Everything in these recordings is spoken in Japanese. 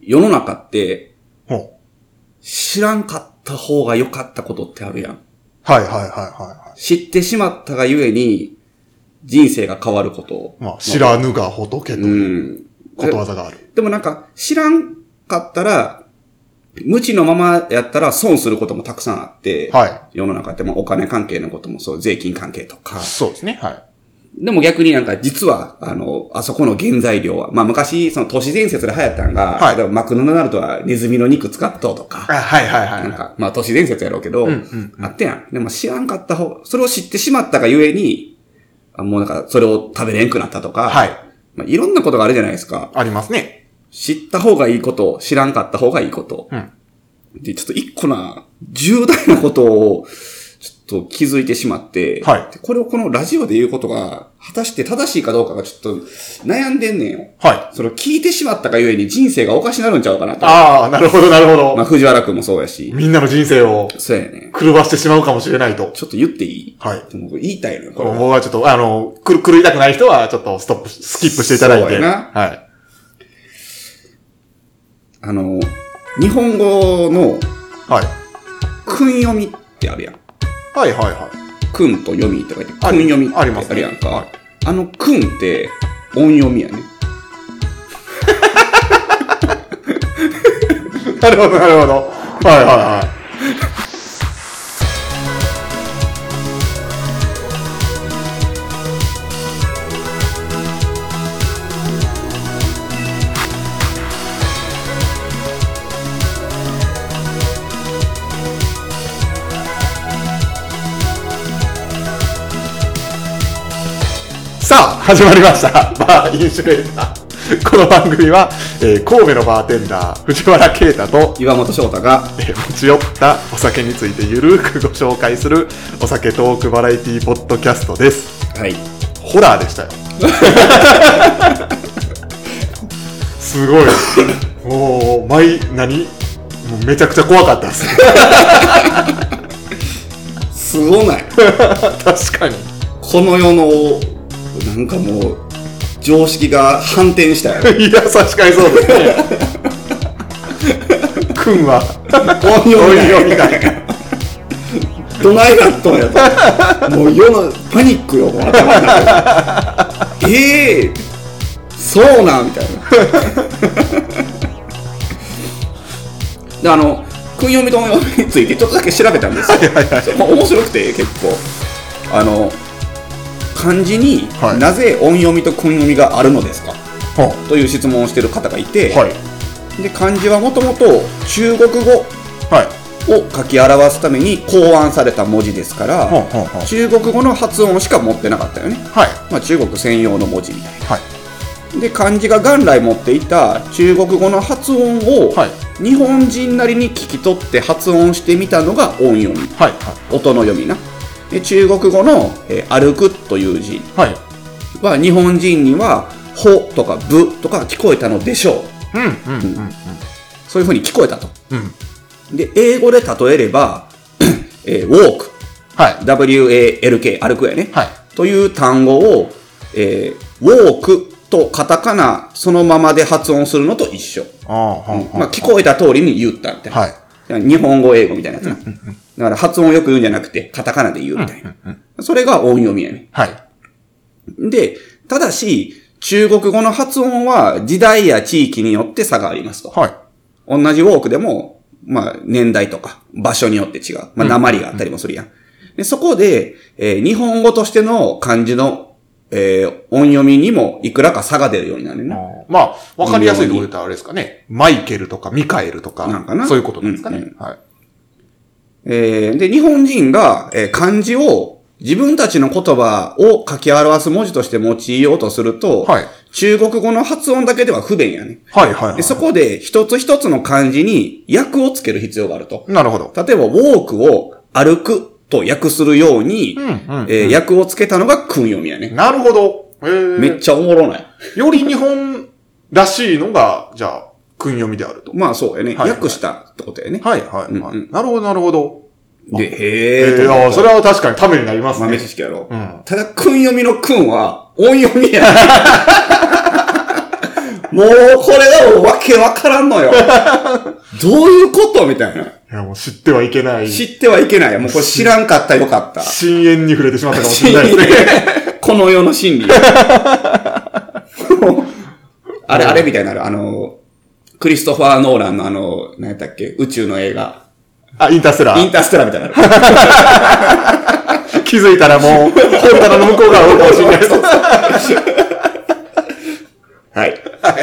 世の中って、 ほう。 知らんかった方が良かったことってあるやん。 はいはいはいはい。 知ってしまったがゆえに、人生が変わること。 まあ、知らぬが仏ということわざがある。 でもなんか、知らんかったら、無知のままやったら損することもたくさんあって、 はい。 世の中ってお金関係のこともそう、税金関係とか。 そうですね。はい。 でも逆になんか実は、あそこの原材料は、まあ昔、その都市伝説で流行ったのが、 はい、 例えばマクドナルドはネズミの肉使っととか。 はいはいはい。 なんか、まあ都市伝説やろうけど、あってやん。でも知らんかった方、それを知ってしまったがゆえに、もうなんかそれを食べれんくなったとか、 はい。 まあいろんなことがあるじゃないですか。 ありますね。 知った方がいいこと、知らんかった方がいいこと。で、ちょっと一個重大なことを、ちょっと気づいてしまって、 はい。 これをこのラジオで言うことが、果たして正しいかどうかがちょっと悩んでんねんよ。 はい。 それを聞いてしまったがゆえに人生がおかしなるんちゃうかなと。 ああ、なるほどなるほど。 まあ藤原くんもそうやし。 みんなの人生を、 そうやね。 狂わしてしまうかもしれないと。 ちょっと言っていい？ はい。 でも言いたいのよ、これ。 僕はちょっと、狂いたくない人は、ちょっとスキップしていただいて。 そうやな。 はい。 日本語の、 はい。 訓読みってあるやん。 はいはいはい。 訓と読みって書いて、訓読みってあるやんか。 はい、 訓って音読みやね。 なるほどなるほど。はいはいはい。さあ、始まりました。バーインシュレーター。この番組は、神戸のバーテンダー、藤原啓太と岩本翔太が、 持ち寄ったお酒についてゆるくご紹介するお酒トークバラエティポッドキャストです。 はい。 ホラーでしたよ。すごい。もう、もうめちゃくちゃ怖かったです。 すごない。 確かに。 この世の、なんかもう、常識が反転したよ。 いや、確かにそうですね。君は、 音読みたい。どないなっとんやと。もう世のパニックよ、もう頭の中で。そうなんみたいな。で、訓読みと音読みについてちょっとだけ調べたんですよ。面白くて、結構。漢字に、なぜ音読みと訓読みがあるのですか、という質問をしている方がいて、で漢字はもともと中国語を書き表すために考案された文字ですから、中国語の発音しか持ってなかったよね。まあ、中国専用の文字みたいな。で漢字が元来持っていた中国語の発音を、日本人なりに聞き取って発音してみたのが音読み、音の読みな。で中国語の、歩くという字は、日本人にはほとかぶとか聞こえたのでしょう。そういう風に聞こえたと。で英語で例えれば、walk、walk 歩くやね、という単語を、walk とカタカナそのままで発音するのと一緒。まあ聞こえた通りに言ったみたいな。日本語英語みたいなやつな。だから発音をよく言うんじゃなくて、カタカナで言うみたいな。それが音読みやね。で、ただし、中国語の発音は時代や地域によって差がありますと。同じウォークでも、まあ年代とか場所によって違う。まあ訛りがあったりもするやん。でそこで、日本語としての漢字の、音読みにもいくらか差が出るようになるね。 まあ、わかりやすいところで言ったらあれですかね。マイケルとかミカエルとか、なんかな、そういうことですかね。 で、日本人が、漢字を自分たちの言葉を書き表す文字として用いようとすると、中国語の発音だけでは不便やね。でそこで一つ一つの漢字に訳をつける必要があると。 なるほど。 例えば、ウォークを歩くと訳するように、訳をつけたのが訓読みやね。 なるほど。 めっちゃおもろない。 より日本らしいのが、じゃあ、訓読みであると。 まあそうやね。訳したってことやね。 なるほど、なるほど。 で、 それは確かにためになりますね。 豆知識やろ。ただ、訓読みの訓は、音読みや。 もうこれがもうわけわからんのよ。どういうことみたいな。いやもう知ってはいけない。 知ってはいけない。もうこれ知らんかったよかった。 深淵に触れてしまったかもしれないですね。 この世の真理。あれみたいなクリストファー・ノーランの何やったっけ宇宙の映画。 インターステラー。 インターステラーみたいな。 気づいたらもう、本棚の向こう側おるかもしれないです。 はい。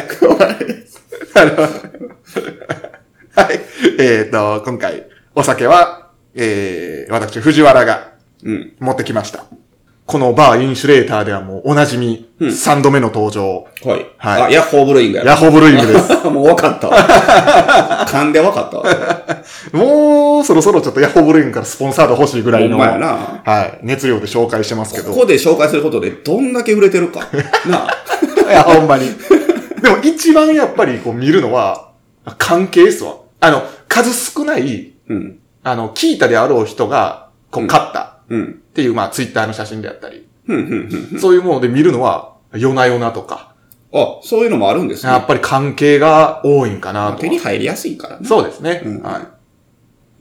はい。今回、お酒は、私、藤原が、持ってきました。このバーインシュレーターではもうおなじみ、3度目の登場。 はい。はい。ヤッホーブルーイングや。 ヤッホーブルーイングです。 もう分かった。勘で分かった。 もう、そろそろちょっとヤッホーブルーイングからスポンサード欲しいぐらいの。 ほんまやな。 はい。熱量で紹介してますけど。 ここで紹介することでどんだけ売れてるか。なあ。 いや、ほんまに。でも一番やっぱりこう見るのは、関係っすわ。数少ない、聞いたであろう人が、こう、買った。っていう、ツイッターの写真であったり。そういうもので見るのは、夜な夜なとか。 あ、そういうのもあるんですね。 やっぱり関係が多いんかなと。 手に入りやすいからね。 そうですね。はい。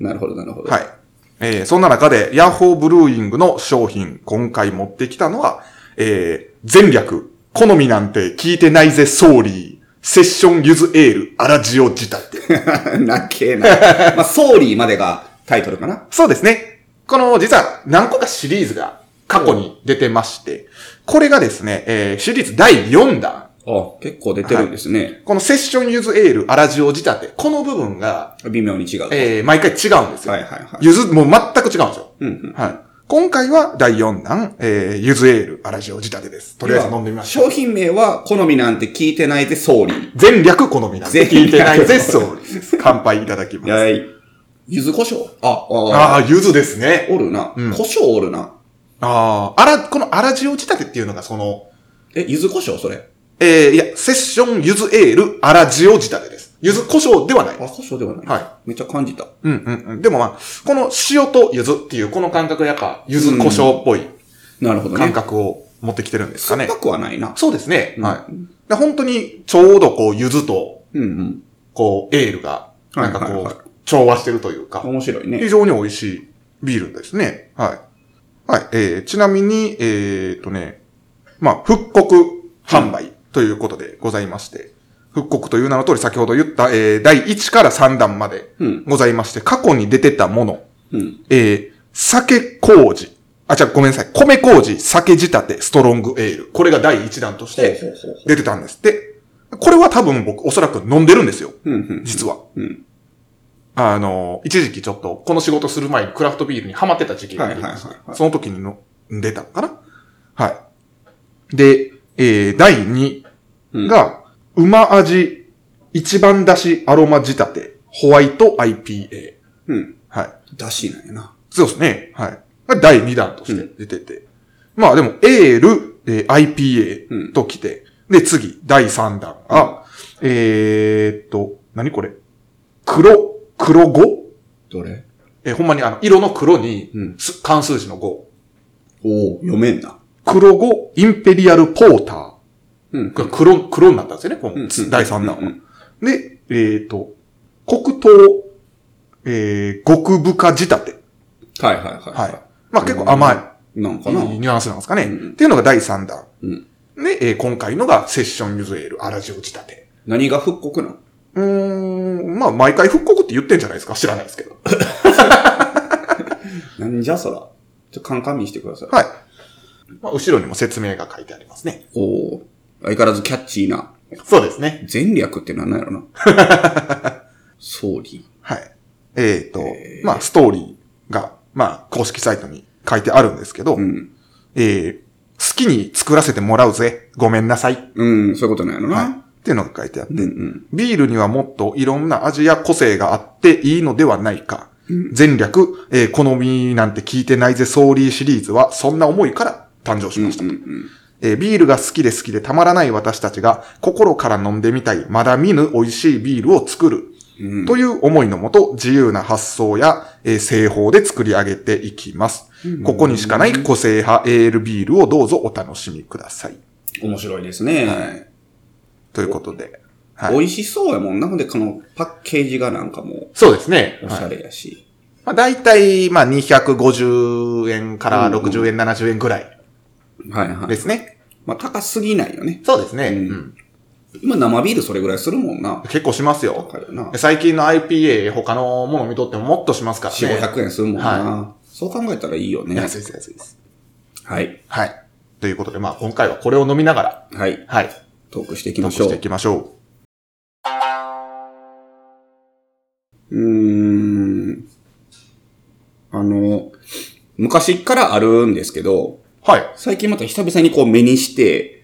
なるほど、なるほど。 はい。そんな中で、ヤッホーブルーイングの商品、今回持ってきたのは、前略、好みなんて聞いてないぜソーリー、セッションユズエール、アラジオ仕立て。 なっけーな。ソーリーまでがタイトルかな。 そうですね。実は何個かシリーズが過去に出てまして、これがですね、シリーズ第4弾。 結構出てるんですね。 このセッションユズエール、アラジオ仕立て、この部分が、 微妙に違う。 毎回違うんですよ。 はいはいはい。 ユズ、もう全く違うんですよ。はい。今回は第4弾、ユズエール、アラジオ仕立てです。とりあえず飲んでみましょう。 商品名は、好みなんて聞いてないぜ、ソーリー。 前略好みなんて聞いてないぜ、ソーリー。乾杯いただきます。 はい。柚子胡椒柚子ですね。 おるな。胡椒おるな。 このアラジオ仕立てっていうのが柚子胡椒それ。 いや、セッション柚子エール、アラジオ仕立てです。柚子胡椒ではない。 胡椒ではない。 はい。 めっちゃ感じた。 でもこの塩と柚子っていうこの感覚がやっぱ柚子胡椒っぽい。 なるほどね。 感覚を持ってきてるんですかね。 酸っぱくはないな。 そうですね。はい。本当にちょうど柚子と、エールが、調和してるというか。 面白いね。 非常に美味しいビールですね。はい。はい。ちなみに、復刻販売ということでございまして、復刻という名の通り先ほど言った、第1から3弾までございまして、過去に出てたもの、酒麹、ごめんなさい、米麹、酒仕立て、ストロングエール。これが第1弾として出てたんですって。これは多分僕おそらく飲んでるんですよ。実は。一時期ちょっと、この仕事する前にクラフトビールにハマってた時期がありまして、その時に飲んでたのかな。はい。で、第2が、馬味一番だしアロマ仕立て、ホワイト IPA。はい。 だしなんやな。 そうですね。はい。第2弾として出てて。でも、エール、IPA と来て、で、次、第3弾が、何これ黒5？ どれ？ ほんまに色の黒に、漢数字の5。 読めんな。 黒5、インペリアルポーター。黒になったんですよね、この第3弾は。で、黒糖、極深仕立て。 はい。 結構甘い。 なんかな。 ニュアンスなんですかね。っていうのが第3弾。で、今回のがセッションユズエール、アラジオ仕立て。 何が復刻なの？ 毎回復刻って言ってんじゃないですか？知らないですけど。 なんじゃそら。カンカン見してください。 はい。後ろにも説明が書いてありますね。 相変わらずキャッチーな。 そうですね。 前略って何なんやろな。ソーリー。 はい。ストーリーが、公式サイトに書いてあるんですけど、好きに作らせてもらうぜ。ごめんなさい。 そういうことなんやろな。 はい。っていうのが書いてあって、ビールにはもっといろんな味や個性があっていいのではないか。前略、好みなんて聞いてないぜソーリーシリーズはそんな思いから誕生しました。ビールが好きでたまらない私たちが心から飲んでみたいまだ見ぬ美味しいビールを作る。という思いのもと自由な発想や、製法で作り上げていきます。ここにしかない個性派エールビールをどうぞお楽しみください。 面白いですね。 はい。ということで。 美味しそうやもんな。ほんで、このパッケージがなんかもそうですね。 おしゃれやし。 だいたい、250円から60円、70円ぐらい。 はいはい。 ですね。 高すぎないよね。 そうですね。 今生ビールそれぐらいするもんな。 結構しますよ。最近の IPA 他のもの見とってももっとしますからね。 4、500円するもんな。そう考えたらいいよね。 安いです。 はい。 はい。ということで、今回はこれを飲みながら。 はい。トークしていきましょう。昔からあるんですけど、 はい。 最近また久々にこう目にして、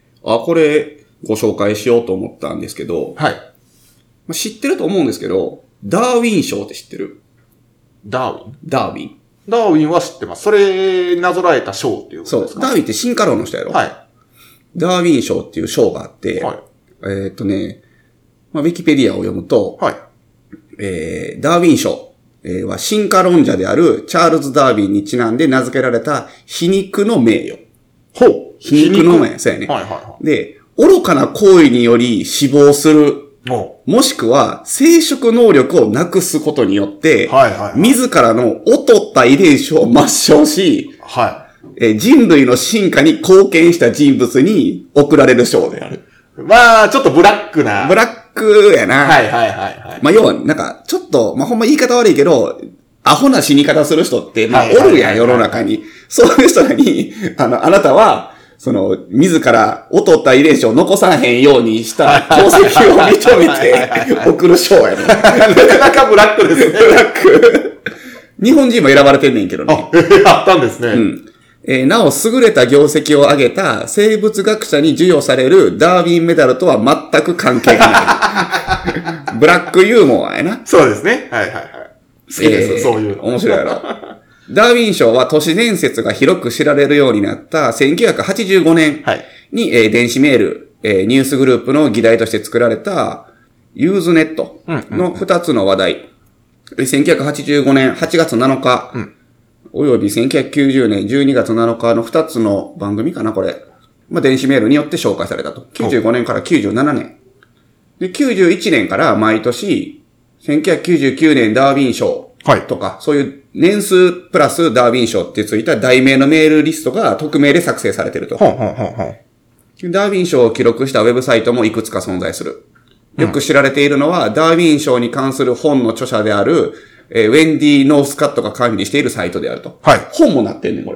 これご紹介しようと思ったんですけど、 はい。 知ってると思うんですけど、ダーウィン賞って知ってる？ ダーウィンは知ってます。それ、なぞらえた賞っていうことですか？ そう。ダーウィンって進化論の人やろ？ はい。 ダーウィン賞っていう賞があって、 はい。 ウィキペディアを読むと、 はい。 ダーウィン賞は進化論者であるチャールズ・ダーウィンにちなんで名付けられた皮肉の名誉。皮肉の名誉。そうやね。で、愚かな行為により死亡する。もしくは、生殖能力をなくすことによって、自らの劣った遺伝子を抹消し、人類の進化に貢献した人物に贈られる賞である。 ちょっとブラックな。 ブラックやな。要は、ちょっと、ほんま言い方悪いけど、アホな死に方する人って、おるやん、世の中に。そういう人らに、あなたは、自ら劣った遺伝子を残さへんようにした功績を認めて送る賞やね。なかなかブラックですね。 ブラック。日本人も選ばれてんねんけどね。 あったんですね。 なお、優れた業績を上げた生物学者に授与されるダーウィンメダルとは全く関係がない。ブラックユーモアやな。 そうですね。好きです、そういうの。 面白いやろ。ダーウィン賞は都市伝説が広く知られるようになった1985年に、電子メール、ニュースグループの議題として作られたユーズネットの2つの話題。1985年8月7日、および1990年12月7日の2つの番組かな、これ。電子メールによって紹介されたと。95年から97年。で、91年から毎年、1999年ダーウィン賞とか、そういう年数プラスダーウィン賞ってついた題名のメールリストが匿名で作成されていると。ダーウィン賞を記録したウェブサイトもいくつか存在する。よく知られているのは、ダーウィン賞に関する本の著者である、ウェンディ・ノースカットが管理しているサイトであると。本もなってんねん、こ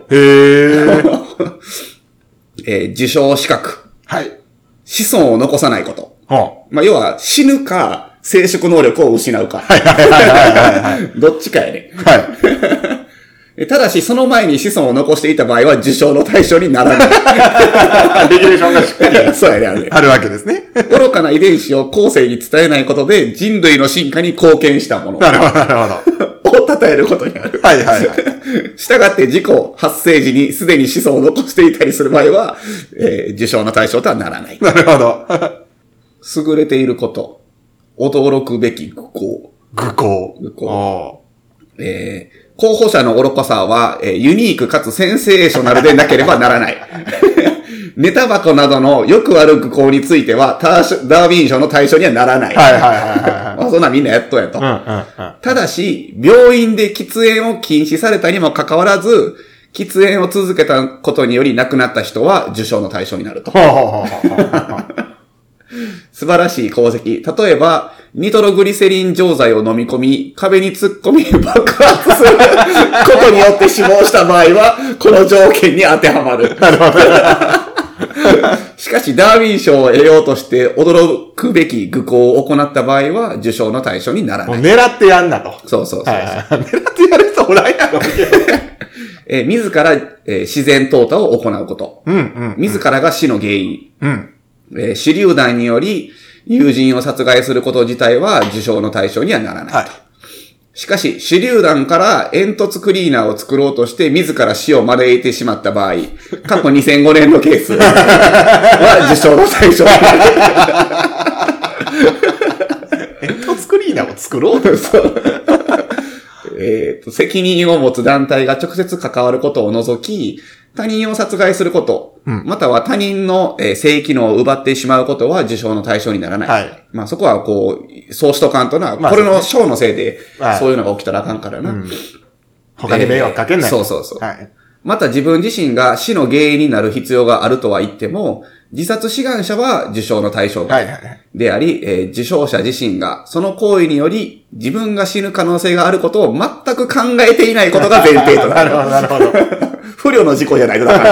れ。受賞資格。子孫を残さないこと。要は、死ぬか、生殖能力を失うか。どっちかやね。ただし、その前に子孫を残していた場合は、受賞の対象にならない。 レギュレーションがしっかりそうやね、 あるわけですね。 愚かな遺伝子を後世に伝えないことで、人類の進化に貢献したもの。 なるほど。 を称えることになる。したがって自己発生時にすでに子孫を残していたりする場合は、受賞の対象とはならない。 なるほど。 優れていること。驚くべき愚行。候補者の愚かさは、ユニークかつセンセーショナルでなければならない。ネタ箱などのよくある愚行については、ダーウィン賞の対象にはならない。そんなみんなやっとんやと。ただし、病院で喫煙を禁止されたにもかかわらず、喫煙を続けたことにより亡くなった人は受賞の対象になると。素晴らしい功績。例えば、ニトログリセリン錠剤を飲み込み、壁に突っ込み爆発することによって死亡した場合は、この条件に当てはまる。なるほど。しかし、ダーウィン賞を得ようとして驚くべき愚行を行った場合は、受賞の対象にならない。 狙ってやんなと。 そう。狙ってやる人おらんやろ。 自ら、自然淘汰を行うこと。自らが死の原因。手榴弾により友人を殺害すること自体は受賞の対象にはならないと。しかし、手榴弾から煙突クリーナーを作ろうとして自ら死を招いてしまった場合、過去2005年のケースは受賞の対象になる。 煙突クリーナーを作ろうと責任を持つ団体が直接関わることを除き、 他人を殺害すること、または他人の性機能を奪ってしまうことは受賞の対象にならない。はい。まあそこはこう、そうしとかんとな、これの賞のせいで、そういうのが起きたらあかんからな。 他に迷惑かけない。 そうそうそう。はい。また自分自身が死の原因になる必要があるとは言っても、自殺志願者は受賞の対象であり、受賞者自身がその行為により自分が死ぬ可能性があることを全く考えていないことが前提となる。 なるほど。 不慮の事故じゃないとだから。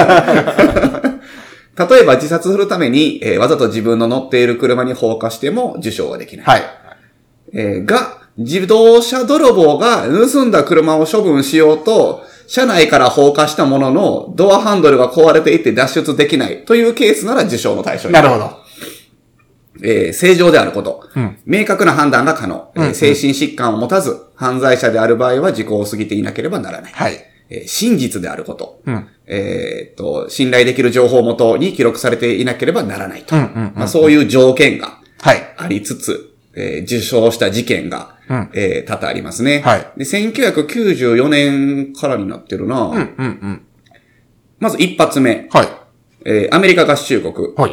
例えば自殺するために、わざと自分の乗っている車に放火しても受賞はできない。はい。が、自動車泥棒が盗んだ車を処分しようと、車内から放火したものの、ドアハンドルが壊れていて脱出できないというケースなら受賞の対象になる。 なるほど。正常であること。明確な判断が可能。精神疾患を持たず、犯罪者である場合は時効を過ぎていなければならない。はい。真実であること。信頼できる情報をもとに記録されていなければならないと。そういう条件がありつつ、受賞した事件が、多々ありますね。はい。で、1994年からになってるな。まず一発目。はい。アメリカ合衆国。はい。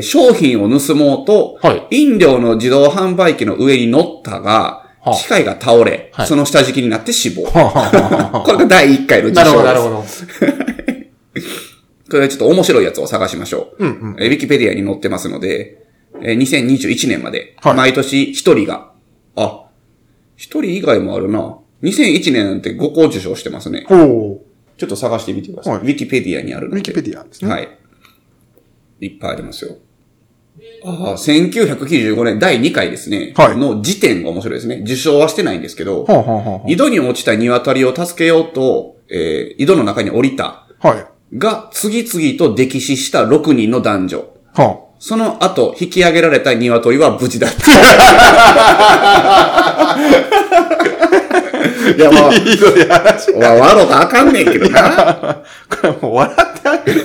商品を盗もうと、はい。飲料の自動販売機の上に乗ったが、機械が倒れ、その下敷きになって死亡。これが第1回の受賞です。なるほど。これちょっと面白いやつを探しましょう。ウィキペディアに載ってますので、2021年まで、毎年1人が、1人以外もあるな。2001年なんて5個受賞してますね。ちょっと探してみてください。ウィキペディアにあるので。 ウィキペディアですね。 はい。いっぱいありますよ。1995年第2回ですね。はい。の時点が面白いですね。受賞はしてないんですけど、井戸に落ちた鶏を助けようと、井戸の中に降りた。はい。が、次々と溺死した6人の男女。その後、引き上げられた鶏は無事だった。いや、もう、ひどい話。笑うとあかんねんけどな。 これもう笑ってあげる。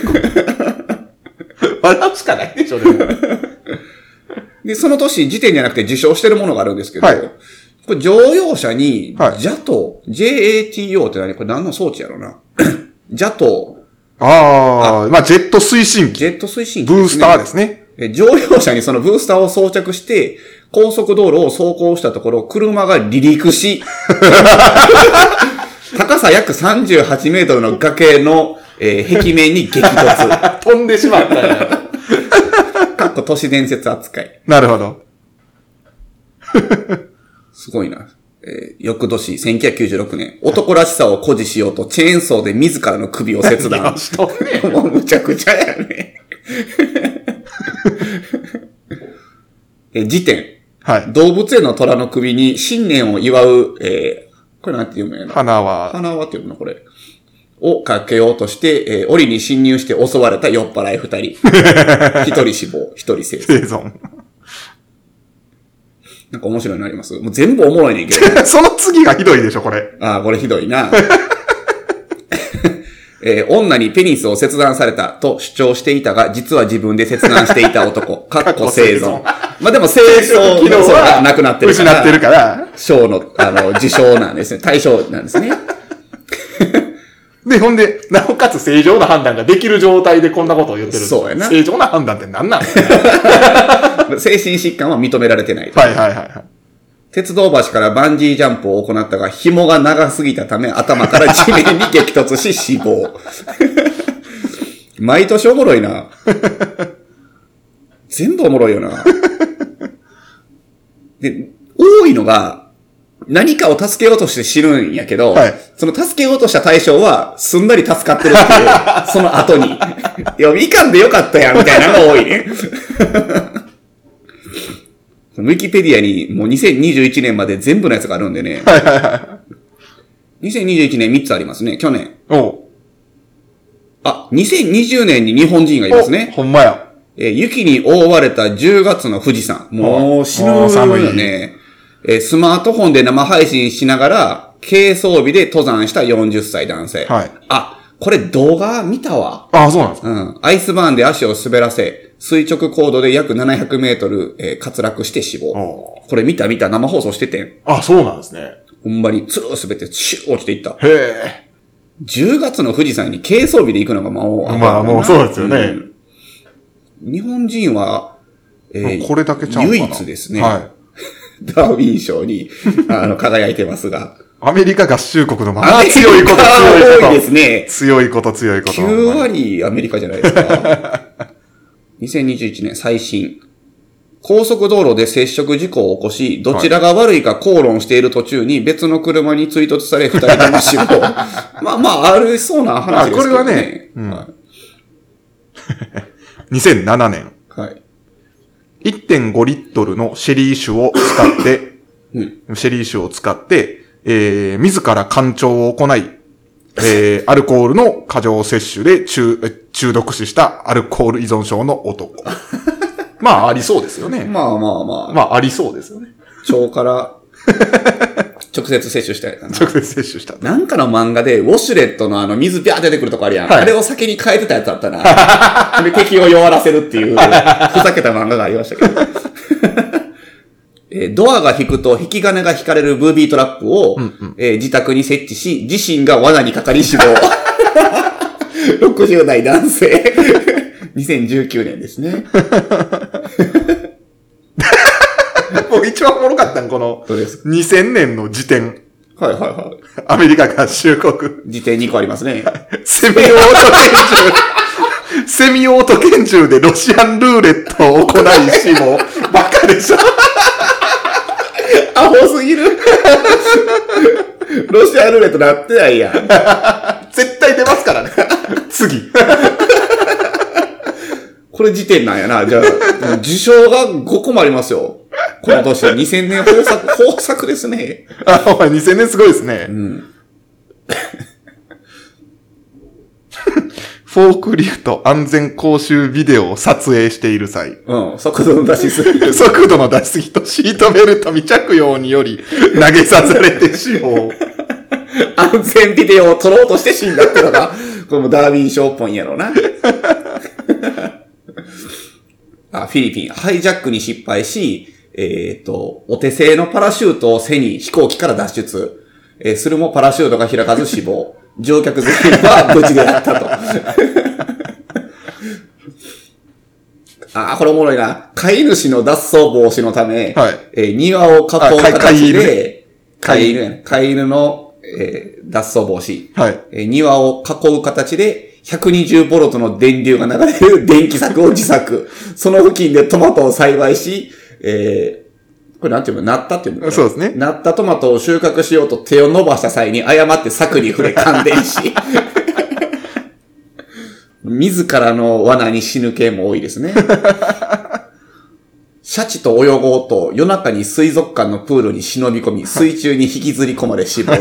笑うしかないでしょ、でも。 で、その年時点じゃなくて受賞してるものがあるんですけど、はい、これ乗用車に、JATO、JATO ってこれ何の装置やろうな。JATO。 まあ、ジェット推進機。 ジェット推進機、 ブースターですね。 乗用車にそのブースターを装着して、高速道路を走行したところ、車が離陸し、高さ約38メートルの崖の、壁面に激突。 飛んでしまったね。 かっこ都市伝説扱い。 なるほど。 すごいな。翌年、1996年、男らしさを誇示しようと、チェーンソーで自らの首を切断。もうむちゃくちゃやね。時点。はい。動物園の虎の首に新年を祝う、これなんて読むんやな。 花輪って読むのこれ。をかけようとして、檻に侵入して襲われた酔っ払い2人。1人死亡、1人生存。なんか面白いのあります？もう全部おもろいねんけど。 その次がひどいでしょ、これ。 これひどいな。女にペニスを切断されたと主張していたが、実は自分で切断していた男。かっこ生存。まあでも生存機能がなくなってるから。 失ってるから。 賞の、受賞なんですね。対象なんですね。 で、ほんで、なおかつ正常な判断ができる状態でこんなことを言ってるんです。 そうやな。 正常な判断って何なん精神疾患は認められてない。 はいはいはい。 鉄道橋からバンジージャンプを行ったが、紐が長すぎたため頭から地面に激突し死亡。毎年おもろいな。全部おもろいよな。で、多いのが、何かを助けようとして死ぬんやけど、はい、その助けようとした対象は、すんなり助かってるっていう、その後に。いや、いかんでよかったやん、みたいなのが多いね。ウィキペディアにもう2021年まで全部のやつがあるんでね。はいはいはい。2021年3つありますね、去年。2020年に日本人がいますね。 ほんまや。 雪に覆われた10月の富士山。もう死ぬよね。スマートフォンで生配信しながら、軽装備で登山した40歳男性。はい。これ動画見たわ。 そうなんですか。 うん。アイスバーンで足を滑らせ、垂直高度で約700メートル、滑落して死亡。これ見た生放送しててん。 そうなんですね。 ほんまに、つるー滑って、シュー落ちていった。 へ 10月の富士山に軽装備で行くのがもうそうですよね。 日本人は、 これだけちゃうかな。 唯一ですね。はい。ダーウィン賞に、輝いてますが。 アメリカ合衆国のまま強いこと多いですね。 強いこと。 9割アメリカじゃないですか。2021年最新。高速道路で接触事故を起こし、どちらが悪いか口論している途中に別の車に追突され2人とも死亡。ありそうな話ですけどね。これはね、はい、 2007年。 はい。 1.5 リットルのシェリー酒を使って、自ら干潮を行い、アルコールの過剰摂取で中毒死したアルコール依存症の男。ありそうですよね。ありそうですよね。 腸から直接摂取したやつな。 直接摂取した。 なんかの漫画でウォシュレットの水ビャー出てくるとこあるやん。はい、あれを酒に変えてたやつあったな。で敵を弱らせるっていうふざけた漫画がありましたけど。ドアが引くと引き金が引かれるブービートラップを、自宅に設置し、自身が罠にかかり死亡。60代男性。2019年ですね。 もう一番おもろかったんこの、2000年の時点。 はいはいはい。 アメリカ合衆国。 時点2個ありますね。 セミオート拳銃でロシアンルーレットを行い死亡。バカでしょ。 アホすぎる。ロシアンルーレットなってないやん。 絶対出ますからね。次。 これ時点なんやな。じゃあ、受賞が5個もありますよ。この年は2000年豊作ですね。 お前2000年すごいですね。フォークリフト安全講習ビデオを撮影している際。 速度の出しすぎ。 速度の出しすぎとシートベルト未着用により投げさせれて死亡。 安全ビデオを撮ろうとして死んだってのが、これもダーウィン賞っぽいんやろうな。フィリピン、ハイジャックに失敗し、お手製のパラシュートを背に飛行機から脱出。するもパラシュートが開かず死亡。乗客全員は無事であったと。これおもろいな。飼い主の脱走防止のため、はい、庭を囲う形で、飼い犬の、脱走防止。はい、庭を囲う形で、120ボルトの電流が流れる電気柵を自作。その付近でトマトを栽培し、これなんていうの？なったっていうの？ そうですね。 なったトマトを収穫しようと手を伸ばした際に誤って柵に触れ感電し。自らの罠に死ぬ系も多いですね。シャチと泳ごうと夜中に水族館のプールに忍び込み、水中に引きずり込まれ死亡。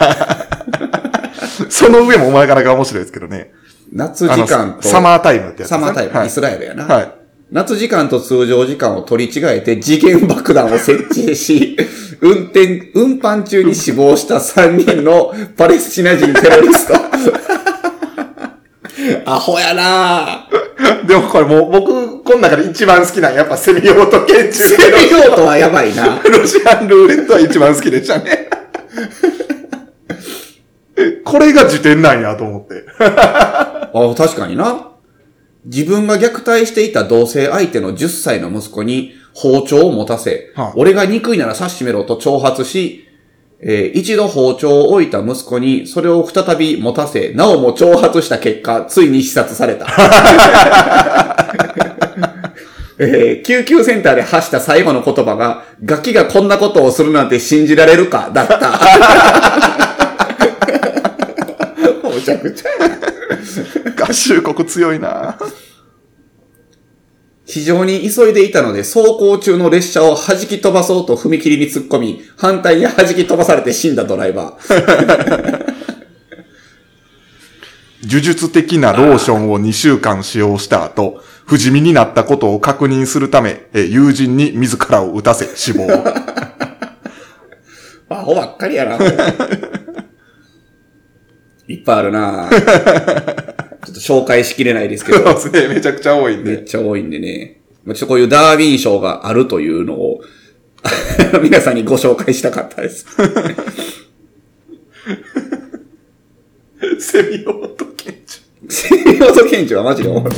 その上もなかなか面白いですけどね。 夏時間と。 サマータイムってやつですね。サマータイム、はい。イスラエルやな。はい。夏時間と通常時間を取り違えて時限爆弾を設置し、運搬中に死亡した3人のパレスチナ人テロリスト。アホやなぁ。でもこれもう僕、この中で一番好きなのやっぱセミオート拳銃。 セミオートはやばいな。 ロシアンルーレットは一番好きでしたね。これが辞典なんやと思って。 確かにな。自分が虐待していた同性相手の10歳の息子に包丁を持たせ、俺が憎いなら刺しめろと挑発し、一度包丁を置いた息子にそれを再び持たせ、なおも挑発した結果、ついに刺殺された。救急センターで発した最後の言葉が、ガキがこんなことをするなんて信じられるかだった。むちゃくちゃや。 合衆国強いな。 非常に急いでいたので走行中の列車を弾き飛ばそうと踏切に突っ込み、反対に弾き飛ばされて死んだドライバー。 呪術的なローションを2週間使用した後、不死身になったことを確認するため、友人に自らを撃たせ死亡。 アホばっかりやな。いっぱいあるな。ちょっと紹介しきれないですけど。 そうですね。めちゃくちゃ多いんで。 めっちゃ多いんでね。ちょっとこういうダーウィン賞があるというのを皆さんにご紹介したかったです。 セミオート拳銃。 セミオート拳銃はマジでおもろい。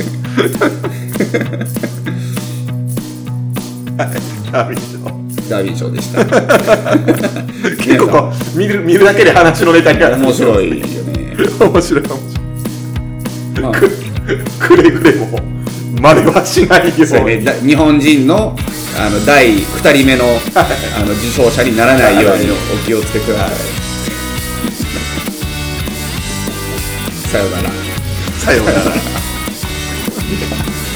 ダーウィン賞。 ダーウィン賞でした。 結構こう見るだけで話のネタになる。 面白いよね。 面白い。まあ、くれぐれも真似はしないよ。 そうね、日本人の第2人目の受賞者にならないようにお気をつけください。さようなら。 さようなら。